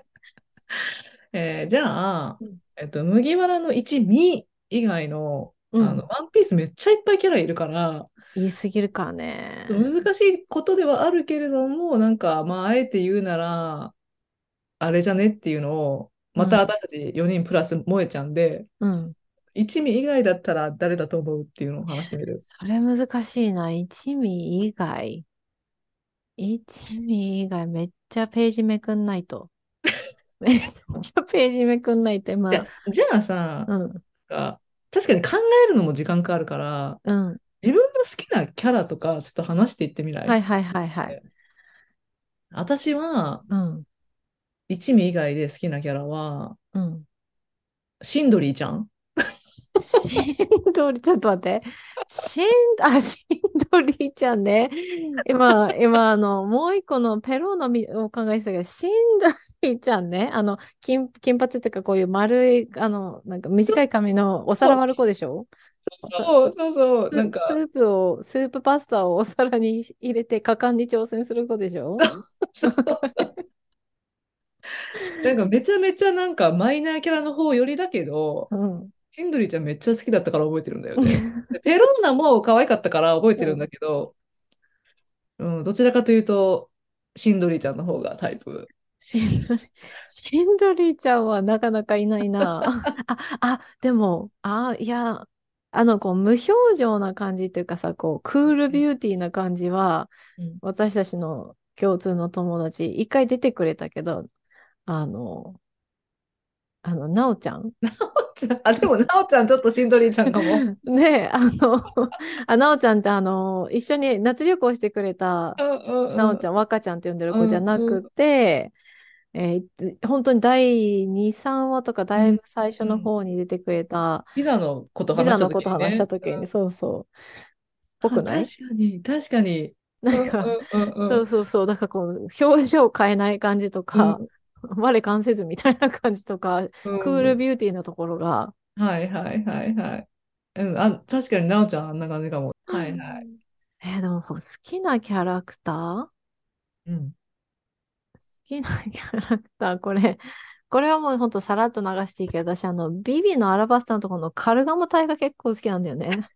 えーじゃあ、 うん。 えっと、麦わらの一味以外の、あの、 うん。 ワンピースめっちゃいっぱいキャラいるから、 言い過ぎるかね。 難しいことではあるけれども、なんか、まあ、あえて言うなら、あれじゃねっていうのを、またうん。 私たちよにんプラス萌えちゃんで、 うん。 一味以外だったら誰だと思うっていうのを話してみる。 それ難しいな。一味以外。一味以外めっちゃページめくんないと。めっちゃページめくんないと、まあ、 じゃあ、じゃあさ、 うん。 が確かに考えるのも時間かかるから、 うん。 自分の好きなキャラとかちょっと話していってみない？ はいはいはいはい。 私は、 うん。 一味以外で好きなキャラは、 うん。 シンドリーちゃん。 しんどり、ちょっと待って。しん、あ、しんどりちゃんね。今、今、あの、もう一個のペローナみを考えてたけど、しんどりちゃんね。あの、金、金髪っていうか、こういう丸い、あの、なんか短い髪のお皿そう割る子でしょ？ そうそうそう、なんス、スか、 ープを、スープパスタをお皿に入れて果敢に挑戦する子でしょ？ そうそう、なんかめちゃめちゃなんかマイナーキャラの方よりだけど、 うん。 シンドリーちゃんめっちゃ好きだったから覚えてるんだよね。でペローナも可愛かったから覚えてるんだうん。 けど、うん、どちらかというと、シンドリーちゃんの方がタイプ。 シンドリ、シンドリーちゃんはなかなかいないな。あ、あ、でも、あ、いや、あの、こう、無表情な感じっていうかさ、こう、クールビューティーな感じは、 うん私たちの共通の友達、一回出てくれたけど、あの、あの、なおちゃん。 あ、でも、なおちゃん、ちょっとしんどりーちゃんかも。 で、あの、あ、なおちゃんってあの、一緒に夏旅行してくれたうんうんうん。 なおちゃん、若ちゃんって呼んでる子じゃうんなくうんて、えーっと、本当にだいに、さんわとかだいぶうん最初のうん。 方に出てくれた、 ピザのことビザ話したのこと話した時にね。 ときに、そうそう、ぽあ、確くない？ かに、確かに。うんうんなんか、 うんうん。 そうそうそう、だからこう、表情変えない感じとか、 うん我関せずみたいな感じとか、 うクールん。 ビューティーなところが、 はいはいはいはい。うん、あ、確かに、なおちゃん、あんな感じかも。はいはい。 えーでも好きなキャラクター好うん。 きなキャラクター、これ、これはもうほんとさらっと流していいけど、私、あの、ビビのアラバスタのところのカルガモ隊が結構好きなんだよね。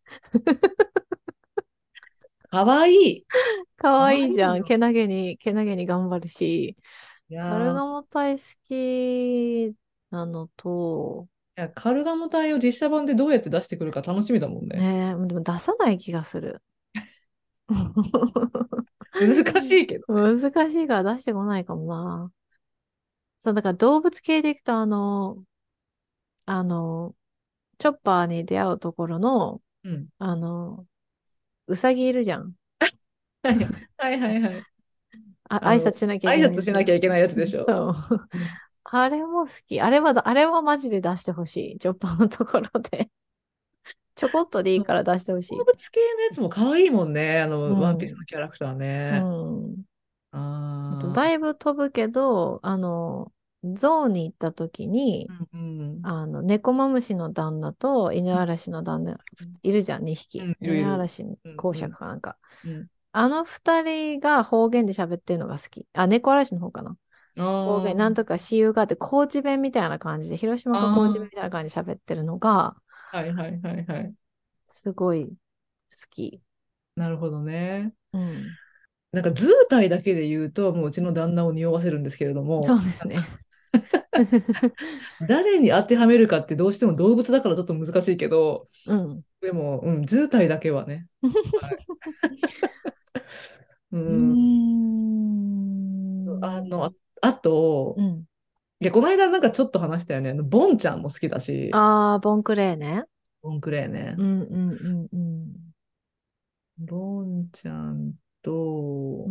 かわいい。 かかわわいいじゃん。 いいよ。 けなげに、けなげに頑張るし。 いカルやー、いガモ隊好きなのと、 や、カルガモ隊を実写版でどうやって出してくるか楽しみだもんね。 ねえ、でも出さない気がする。 難しいけどね。 難しいから出してこないかもな。そう、だから動物系でいくと、あの、あの、チョッパーに出会うところの、 うん。 あの、ウサギいるじゃん。 はいはいはいはい。 あ、挨あの、 拶しなきゃいけ挨拶ないやつ。 しなきゃいけないやつでしょ。 そう。 うん。 あれも好き。あれは、あれはマジで出してほしい。チョッパーのところで。ちょこっとでいいから出してほしい。 動物系のやつも可愛いもんね。あうの、ワンピースん。 のキャラクターうね。 ん。あと、 ああ、 だいぶ飛ぶけど、あの、ゾウに行った時に、 うんうん。 あの、猫マムシの旦那と犬嵐の旦那、いるじゃん、にひき。 うん、いるい犬る。 嵐公うんうん爵かなんか。 うん。 あの二人が方言で喋ってるのが好き。あ、猫嵐の方かな。方言、なんあとか私有があって、高知弁みたいな感じで、広島あ、 か高知弁あみたいな感じで喋ってるのが、 あ、はいはいはいはい。 すごい好き。 なるほどね。 うん。 なんか図体だけで言うと、もううちの旦那を匂わせるんですけれども、 そうですね。 誰に当てはめるかってどうしても動物だからちょっと難しいけど、 うん。 でも、うん、図体だけはね。はい。ううーん。あの、 ん。 あ、あと、 うん。 いや、この間なんかちょっと話したよね。あのボンちゃんも好きだし、 ああ、ボンクレーね。 ボンクレーね。 うんうんうんうん。 ボンちゃんと、 うん。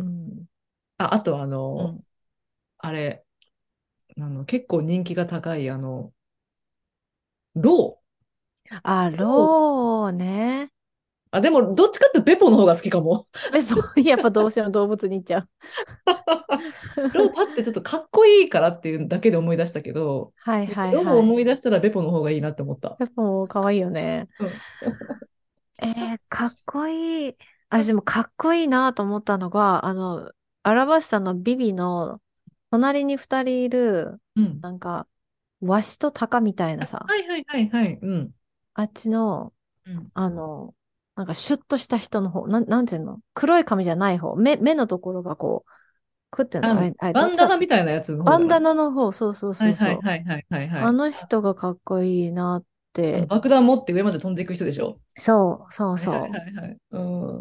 あ、あとあの、 うん。 あれ、あの、結構人気が高い、あの、ロあ、 ー。ロー。 ローね。 あ、でも、どっちかってペポの方が好きかも。 でも、やっぱどうしても動物に行っちゃう。 ローパってちょっとかっこいいからっていうだけで思い出したけど、 はいはいローをはい。 思い出したらベポの方がいいなって思った。 ペポかわいいよね。 うん。 えー、かっこいい。あ、でもかっこいいなと思ったのが、あの、アラバスタのビビの隣に二人いる、 うん。 なんか、ワシとタカみたいなさ、 はいはいはいはい。うん。 あっちの、 うん。 あの、なんかシュッとした人の方、なん、なんていうの黒い髪じゃない方、目、目のところがこう、くってんだ。ああ、 れ、あれ、どバっちだっけ？ ンダナみたいなやつの方バンダじゃない？ ナの方、そうそうはいはいそうそう。 はいはいはいはい。 あの人がかっこいいなっあのて。 爆弾持って上まで飛んでいく人でしょ？ そう、そうはいはいそう。 はいはい。うん。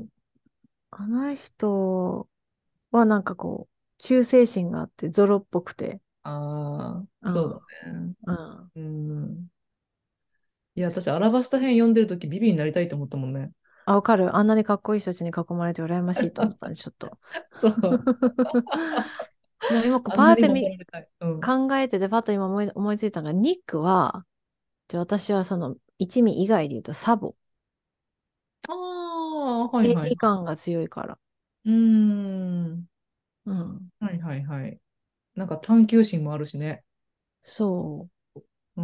あの人はなんかこう、忠誠心があってゾロっぽくて。 ああ、そううん、 だね。 うん。 うん。いや、私、アラバスタ編読んでるときビビになりたいと思ったもんね。 あ、わかる。あんなにかっこいい人たちに囲まれて羨ましいと思ったんで、ちょっと。 そう。 でも今こうあんなにパーってみ守られたい。うん。 考えてて、パッと今思い、思いついたのが、ニックは、じゃあ私はその一味以外で言うとサボ。 ああ、はい正はいはい。 義感が強いから。 うーん。 うん。 はいはいはい。なんか探求心もあるしね。 そう。 うん。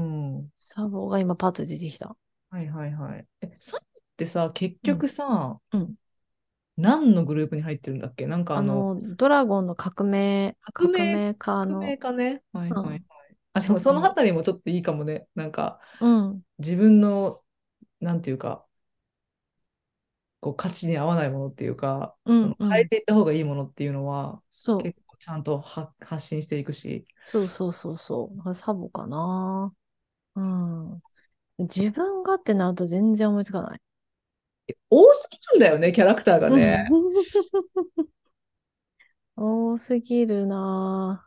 サボが今パッと出てきた。 はいはいはい。え、サボってさ、結うん。 局さ、 うん。 何のグループに入ってるんだっけ？なんかあの、 あの、ドラゴンの革命、 革命、 革命家革命の、 家ね。はいうん。 はいはい。あ、でもそのあそこの、 たりもちょっといいかもね。なんか、 うん。 自分の、なんていうか、こう価値に合わないものっていうか、 うん、 そのうん。 変えていった方がいいものっていうのは、 そう。 結構ちゃんとは発信していくし、 そうそうそうそう。だからサボかな。うん。自分がってなると全然思いつかない。 多すぎるんだよね、キャラクターがうね。 ん。多すぎるな。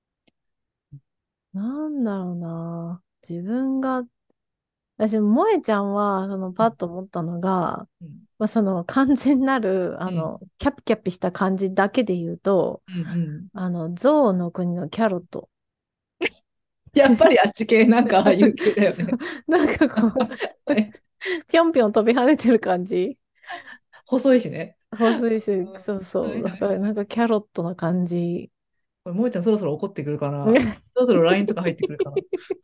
なんだろうな。自分が、私、萌えちゃんは、その、パッと思ったのが、 うん。 まあ、その、完全なる、あうん。 の、キャピキャピした感じだけで言うと、 うん。うん。 あの、ゾウの国のキャロット。 やっぱりあっち系、なんかああいう系だよね。 なんかこう、 はい。 ぴょんぴょん飛び跳ねてる感じ。 細いしね。 細いし、 うん。 そうそう。 はいだからなんはいはい。 かキャロットな感じ。 これ、萌ちゃんそろそろ怒ってくるかな。そろそろ ライン とか入ってくるかな。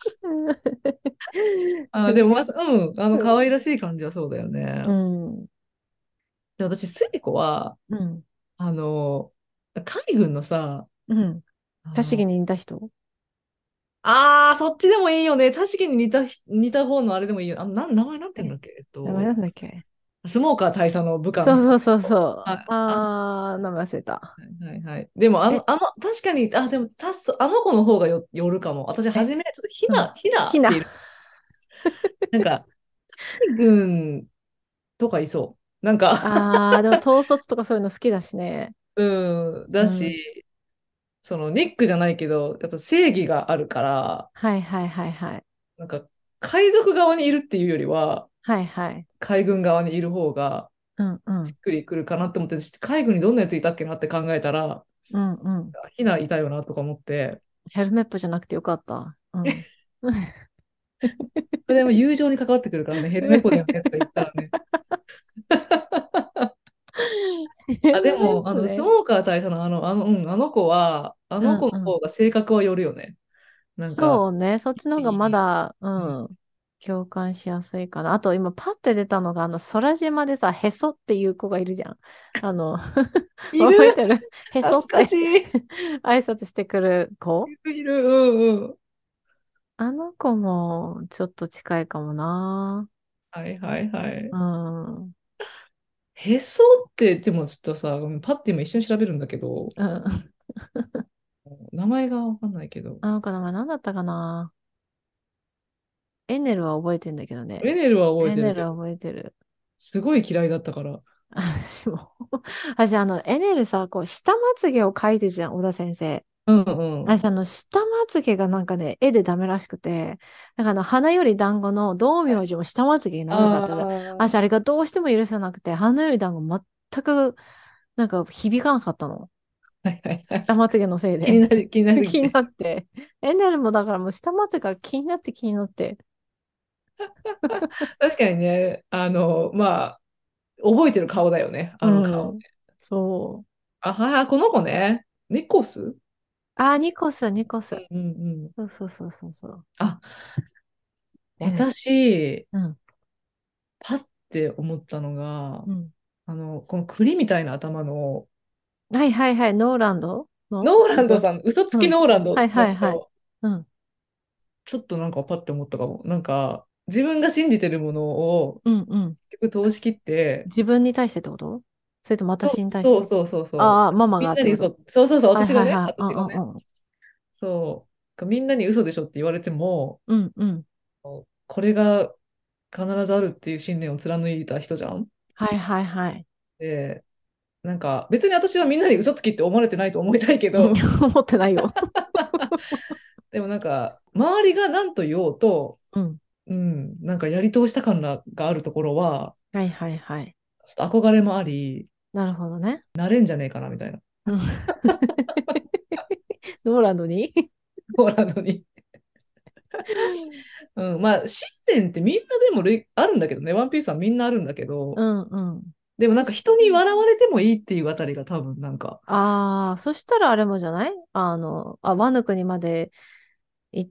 あー、でもまず、うん、あの、可愛らしい感じはそうだよね。 うん。 で、私、スイコは、 うん。 あの、海軍のさ、 うん。 あの、 確かに似た人。 ああ、そっちでもいいよね。確かに似たひ、似た方のあれでもいいよ。あの、な、名前なんて言うんえ、 だっけ？えっ名前なと、 んだっけ？ スモーカー大佐の部下の人。 そうそうそうそう。 はい。あ、 あー、名前忘れた。 はいはいはい。でも、あえ、 の、あの、確かに、あ、でも、たす、あの子の方がよ、よるかも。私、 え、 初め、ちょっと、ひうん。 な、ひなひな。 っている。なんか、海軍とかいそう。なんかあー、でも統率とかそういうの好きだしね。 うん、 うだん。 し、そのニックじゃないけど、やっぱ正義があるから、 はいはいはいはい。 なんか海賊側にいるっていうよりは、 はいはい。 海軍側にいる方がうんうん。 しっくりくるかなって思って、海軍にどんなやついたっけなって考えたら、 うんうん。 ヒナいたよなとか思って、 ヘルメットじゃなくてよかった。うん。 それも友情に関わってくるからね、ヘルメコだよねとか言ったらね。あ、 ヘルメッでも、あの、ストね。 モーカー大佐のあの、あの、うん、あの子は、あの子のうんうん。 方が性格はよるよね。なんか、 そうね。そっちの方がまだ、うん。共感しやすいかな。あと今パッて出たのが、あの、空島でさ、へそっていう子がいるじゃん。あの、 いる、 覚えてる？へそ懐かしってい。 挨拶してくる子。 いる、いる、うんうん。 あの子もちょっと近いかもな。 はいはいはうい。 ん。 へそって、でもちょっとさ、パッて今一瞬調べるんだけど、 うん。 名前がわかんないけど、 あの子名前何だったかな。エネルは覚えてんだけどね。 エネルは覚えエネルはてるけど、 覚えてる。 すごい嫌いだったから。 私も私、あの、エネルさ、こう、下まつげを描いてるじゃん、小田先生。 うんうん。 私、あの、下まつげがなんかね、絵でダメらしくて、なんかあの、花より団子の道明寺も下まつげにあ長かったじゃん。私、ああ、 れがどうしても許せなくて、花より団子全く、なんか響かなかったの。 はいはいはい。 下まつげのせいで。 気になり、気になりすぎ気にて。 なって。エネルもだからもう下まつげが気になって気になって。 確かにね、あの、まあ、覚えてる顔だよね、 うあの顔。 ん。そう。 あ、はいはい、この子ね、ネコス。うあ、ニコス、ニコス。 んうんうん。 そうそうそうそうそう。 あ、 エネル。 私、 うん。 パッて思ったのが、 うん。 あの、この栗みたいな頭の、 はいはいはい。ノーランドのノーランド人。 さん、嘘つきうん。 ノーランドはいはいはい。 の人、 うん。 ちょっとなんかパッて思ったかも。なんか、自分が信じてるものをうんうん。 結局通し切って、 自分に対してってこと？それともそう私に対して？ そうそうそうそああ、ママう。みがってこと？ んなに嘘、そうそうそう、 はい私がね、 はいはい。うん私がね、 うんうん。 そう、みんなに嘘でしょって言われても、 うんうん。 これが必ずあるっていう信念を貫いた人じゃん。 はいはいはい。 で、なんか別に私はみんなに嘘つきって思われてないと思いたいけうん。 ど、 思ってないよ。 でもなんか周りが何と言おうと、 うん。 うん、なんかやり通した感があるところは、 はいはいはい。 ちょっと憧れもあり、 なるほどね。 なれんじゃねえかなみたいな。 うん。ノーランドに。 ポーランドに。うん、まあ、信念ってみんなでもれあるんだけどね、ワンピースはみんなあるんだけど、 うんうん。 でもなんかそし、 人に笑われてもいいっていうあたりが多分なんか、 ああ、そしたらあれもじゃない？あの、あ、ワノ国まで行って、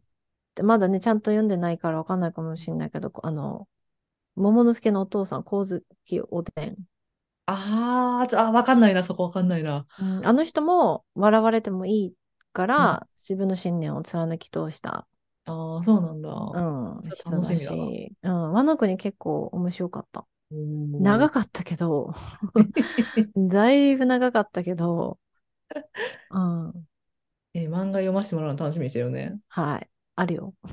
まだね、ちゃんと読んでないからわかんないかもしれないけど、あの、桃之助のお父さん、光月おでん。 あーちょあー、わかんないな、そこわかんないな。 うん、あの人も笑われてもいいかうん。 ら、自分の信念を貫き通した、 ああ、そうなんだ。 うん、 それ人だ楽しみだな。 し、うん、ワノ国結構面白かった。 おー長かったけど、だいぶ長かったけど、うん、 えー漫画読ませてもらうの楽しみにしてるよね。 はい、あるよ。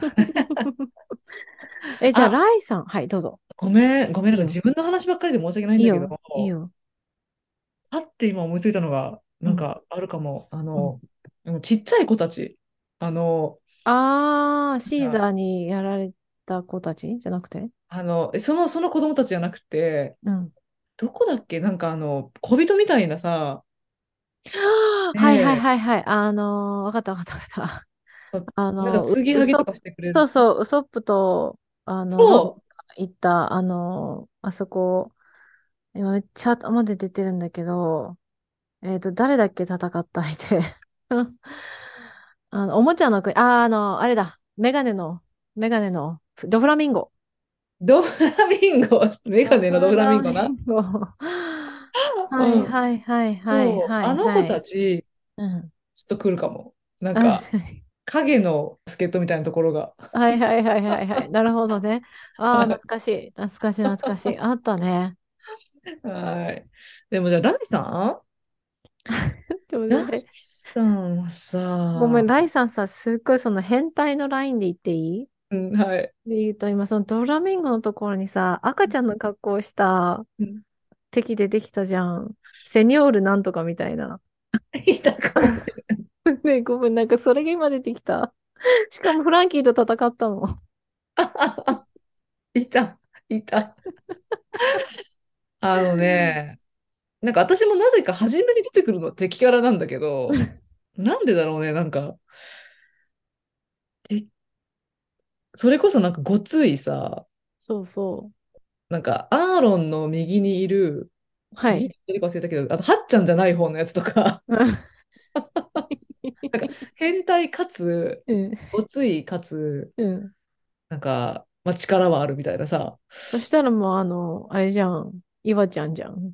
え、じゃあ、 あ、 ライさん、はい、どうぞ。 ごめん、ごめん、なんかいいよ、 自分の話ばっかりで申し訳ないんだけど、 いいよ、いいよ。 あって今思いついたのが、 うん、 なんかあるかも。あうん。 の、あのちっちゃい子たち。あの、 あー、シーあザーにやられた子たちじゃなくて？ あの、えその、その子供たちじゃなくて、 うん。 どこだっけなんかあの、小人みたいなさ、 はいはいねはいはい。あのー、わかったわかったわかった。 え、 あの、 なんか継ぎう、うそ、 はぎとかしてくれる。 そうそう、ウソップと、あの、ロビンそが行った、あの、あそこ、今めっちゃ頭で出てるんだけど、えっと、誰だっけ戦った相手。あの、おもちゃの国、あー、あの、あれだ、メガネの、メガネの、ドフラミンゴ。 う、ドフラミンゴ、メガドネのドフラミフラミンゴな。 ンゴ。はいうん。 はいはいはいそう、 はいあの子はい。 たち、 うん。 ちょっと来るかも。なんあ、 か、 確かに。 影の助っ人みたいなところが。 はいはいはいはいはい。なるほどね。ああ、懐はい。 かしい。懐かしい懐かしい。あったね。 はい。でもじゃあ、ライさんでもライね、 さんはごめん、 さ、 ライさんさ、すっごいその変態のラインで言っていい？ うん、はい。 で言うと、今そのドラミンゴのところにさ、赤ちゃんの格好をしたうん敵出てきたじゃん。セニョールなんとかみたいな。 いたかも。 ね、ごめん、なんかそれが今出てきた。しかもフランキーと戦ったの。 いた、いた。あのね、なんか私もなぜか初めに出てくるのは敵キャラなんだけど、なんでだろうね、なんか、てそれこそなんかごついさ、 そうそなんかアーロンの右にいる、 う。はい。 右にいるか忘れたけど、あとハッちゃんじゃない方のやつとか、なんか変態かつ、 うん、 ごついかつ、 うん。 なんか、まあ、力はあるみたいなさ。 そしたらもう、あの、あれじゃん。岩ちゃんじゃん。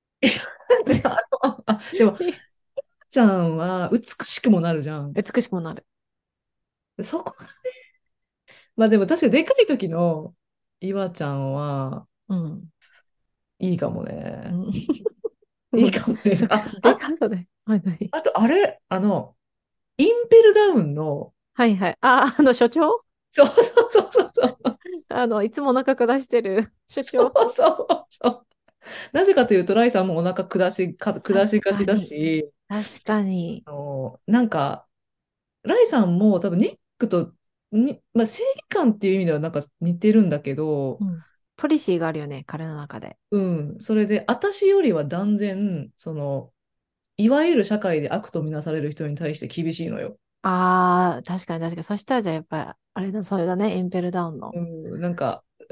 あ、でも、ハッちゃんは美しくもなるじゃん。 美しくもなる。 そこが、まあでも確かにでかい時の岩ちゃんはうん。 いいかもね。 うん。 いもう、 いかもね。あ、 であ、 かさで。はいはい。 あとあれ、あの、インペルダウンの、 はいはい。あ、あの、所長。 そうそうそうそうそう、 あの、いつもお腹下してる所長。 そうそうそう。なぜかというと、ライさんもお腹下し、か、 確下しがちだかに。 し、 確かに。 あの、なんか、ライさんも多分ニックとに、まあ、正義感っていう意味ではなんか似てるんだけど、 うん。ポリシーがあるよね、彼の中で。 うん、それで、私よりは断然、その、いわゆる社会で悪とみなされる人に対して厳しいのよ。 ああ、確かに確かに。そしたらじゃあやっぱり、あれだ、それだね、インペルダウンの。 うん、なんか、うん、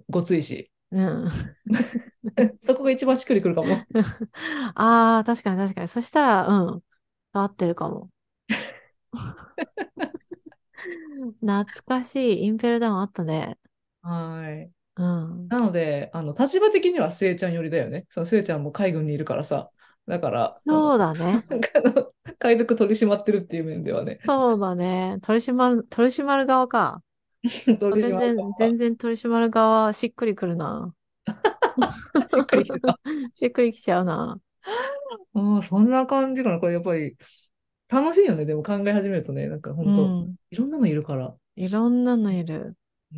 ごついし。 うん。 そこが一番しっくりくるかも。 ああ、確かに確かに。そしたら、うん。合ってるかも。懐かしい。インペルダウンあったね。 はい。 うん。 なので、あの、立場的には聖ちゃん寄りだよね。その聖ちゃんも海軍にいるからさ。だから、あの、 そうだね。 なんかあの海賊取り締まってるっていう面ではね、 そうだね。取り締まる、取り締まる側か。 取り締まる全然、全側は然取り締まる側しっくりくるな。 しっくりきてた。 しっくりきちゃうな。 ああ、そんな感じかな。これやっぱり楽しいよね。でも考え始めるとね、なんかう本当ん。 いろんなのいるから。 いろんなのいる。 うん、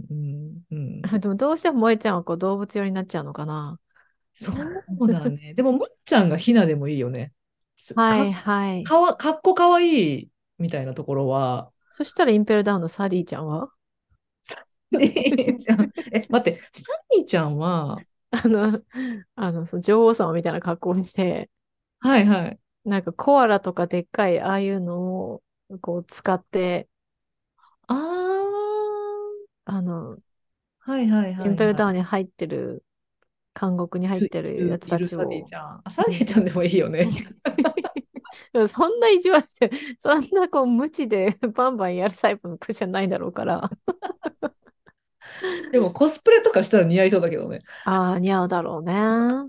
うん、うん。 でもどうしても萌えちゃんはこう動物寄りになっちゃうのかな。 そうだね。でも、むっちゃんがひなでもいいよね。すはいか、 はい。 かわ、かっこかわいいみたいなところは、 そしたらインペルダウンのサディちゃんは？ サニーちゃん、え、待って、サニーちゃんは、 あの、あの、その女王様みたいな格好をして、 はいはい。 なんかコアラとかでっかいああいうのをこう使って、 あー、 あの、 はいはいインペルはいはい。 ダウンに入ってる、監獄に入っいる、 ている、 るやついるサニーたちを、 ちゃん。あ、サニうん。 ーちゃんでもいいよね。 でもそんな意地悪して、そんなこう無知でバンバンやるタイプの子じゃないだろうから。 でもコスプレとかしたら似合いそうだけどね。 ああ、似合うだろうね。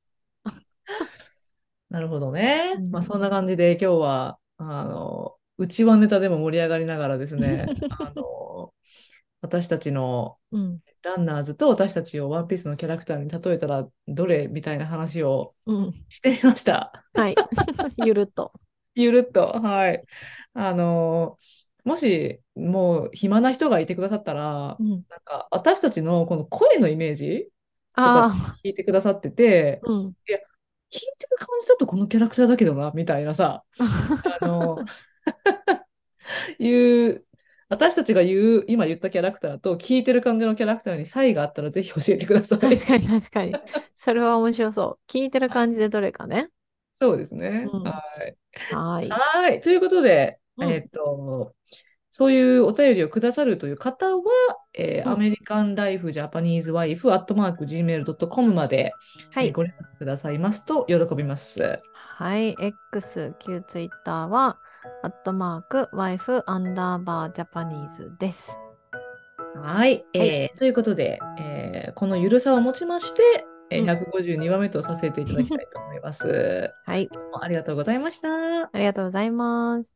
なるほどね。まあそんうん。 な感じで今日は、あの、内輪ネタでも盛り上がりながらですね、あの、私たちのうん。 ランナーズと私たちをワンピースのキャラクターに例えたらどれみたいな話をうん。 してみました。 はい。ゆるっと。 ゆるっと。はい。あの、もしもう暇な人がいてくださったら、 うん。 なんか私たちのこの声のイメージとかあ聞いてくださってて、 あ、うん。 いや、聞いてる感じだとこのキャラクターだけどな、みたいなさ、あの、いう、私たちが言う、今言ったキャラクターと聞いてる感じのキャラクターに差異があったらぜひ教えてください。 確かに確かに。それは面白そう。聞いてる感じでどれかね。 そうですね。はうん。 い。 はーい。 はい。ということで、 うん。 えっと、そういうお便りをくださるという方は、えーアうん。 メリカンライフジャパニーズワイフアットマーク ジーメールドットコム まで、 はい。 えーご連絡くださいますと喜びます。 はい。X、旧 Twitter は、アットマーク、ワイフ、アンダーバー、ジャパニーズです。 はい。 はい。 えーということで、えーこのゆるさをもちまして、えーうん。 ひゃくごじゅうにわめとさせていただきたいと思います。 はい。 どうもありがとうございました。 ありがとうございます。